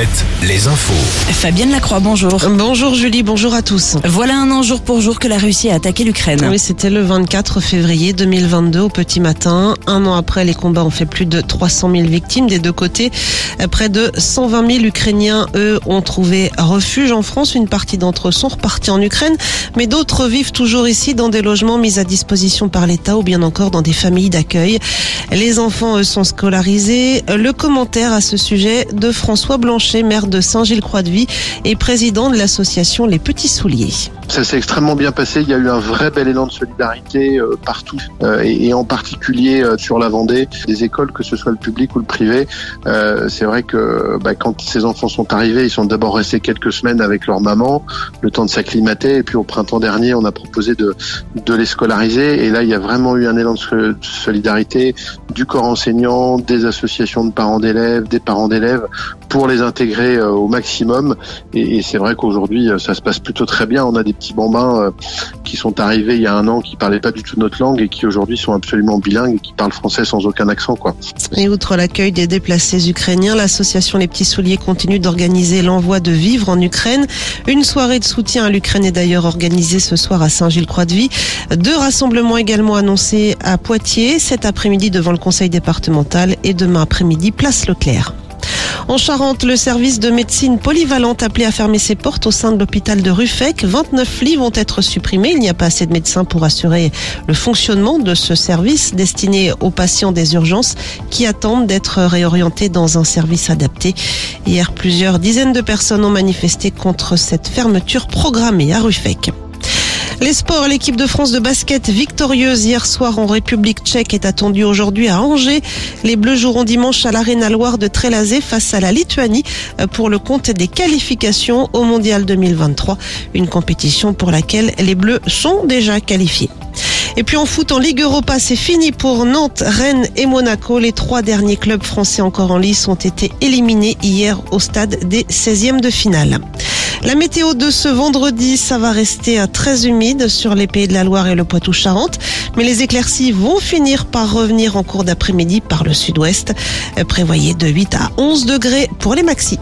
Alouette, les infos. Fabienne Lacroix, bonjour. Bonjour Julie, bonjour à tous. Voilà un an jour pour jour que la Russie a attaqué l'Ukraine. Oui, c'était le 24 février 2022 au petit matin. Un an après, les combats ont fait plus de 300 000 victimes des deux côtés. Près de 120 000 Ukrainiens, eux, ont trouvé refuge en France. Une partie d'entre eux sont repartis en Ukraine, mais d'autres vivent toujours ici dans des logements mis à disposition par l'État ou bien encore dans des familles d'accueil. Les enfants, eux, sont scolarisés. Le commentaire à ce sujet de François Blanchet, maire de Saint-Gilles-Croix-de-Vie et président de l'association Les Petits Souliers. Ça s'est extrêmement bien passé. Il y a eu un vrai bel élan de solidarité partout et en particulier sur la Vendée, des écoles, que ce soit le public ou le privé. C'est vrai que quand ces enfants sont arrivés, ils sont d'abord restés quelques semaines avec leur maman, le temps de s'acclimater. Et puis au printemps dernier, on a proposé de les scolariser. Et là, il y a vraiment eu un élan de solidarité du corps enseignant, des associations de parents d'élèves, des parents d'élèves, pour les intégrer au maximum. Et c'est vrai qu'aujourd'hui, ça se passe plutôt très bien. On a des petits bambins qui sont arrivés il y a un an, qui parlaient pas du tout notre langue et qui aujourd'hui sont absolument bilingues et qui parlent français sans aucun accent, quoi. Et outre l'accueil des déplacés ukrainiens, l'association Les Petits Souliers continue d'organiser l'envoi de vivres en Ukraine. Une soirée de soutien à l'Ukraine est d'ailleurs organisée ce soir à Saint-Gilles-Croix-de-Vie. 2 rassemblements également annoncés à Poitiers, cet après-midi devant le conseil départemental et demain après-midi place Leclerc. En Charente, le service de médecine polyvalente appelé à fermer ses portes au sein de l'hôpital de Ruffec. 29 lits vont être supprimés. Il n'y a pas assez de médecins pour assurer le fonctionnement de ce service destiné aux patients des urgences qui attendent d'être réorientés dans un service adapté. Hier, plusieurs dizaines de personnes ont manifesté contre cette fermeture programmée à Ruffec. Les sports, l'équipe de France de basket victorieuse hier soir en République tchèque est attendue aujourd'hui à Angers. Les Bleus joueront dimanche à l'Arena Loire de Trélazé face à la Lituanie pour le compte des qualifications au Mondial 2023. Une compétition pour laquelle les Bleus sont déjà qualifiés. Et puis en foot, en Ligue Europa, c'est fini pour Nantes, Rennes et Monaco. Les 3 derniers clubs français encore en lice ont été éliminés hier au stade des 16e de finale. La météo de ce vendredi, ça va rester très humide sur les Pays de la Loire et le Poitou-Charentes. Mais les éclaircies vont finir par revenir en cours d'après-midi par le sud-ouest. Prévoyez de 8 à 11 degrés pour les maxis.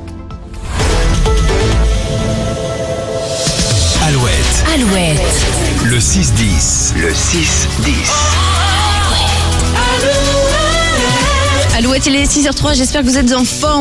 Alouette. Le 6-10. Alouette, il est 6h03, j'espère que vous êtes en forme.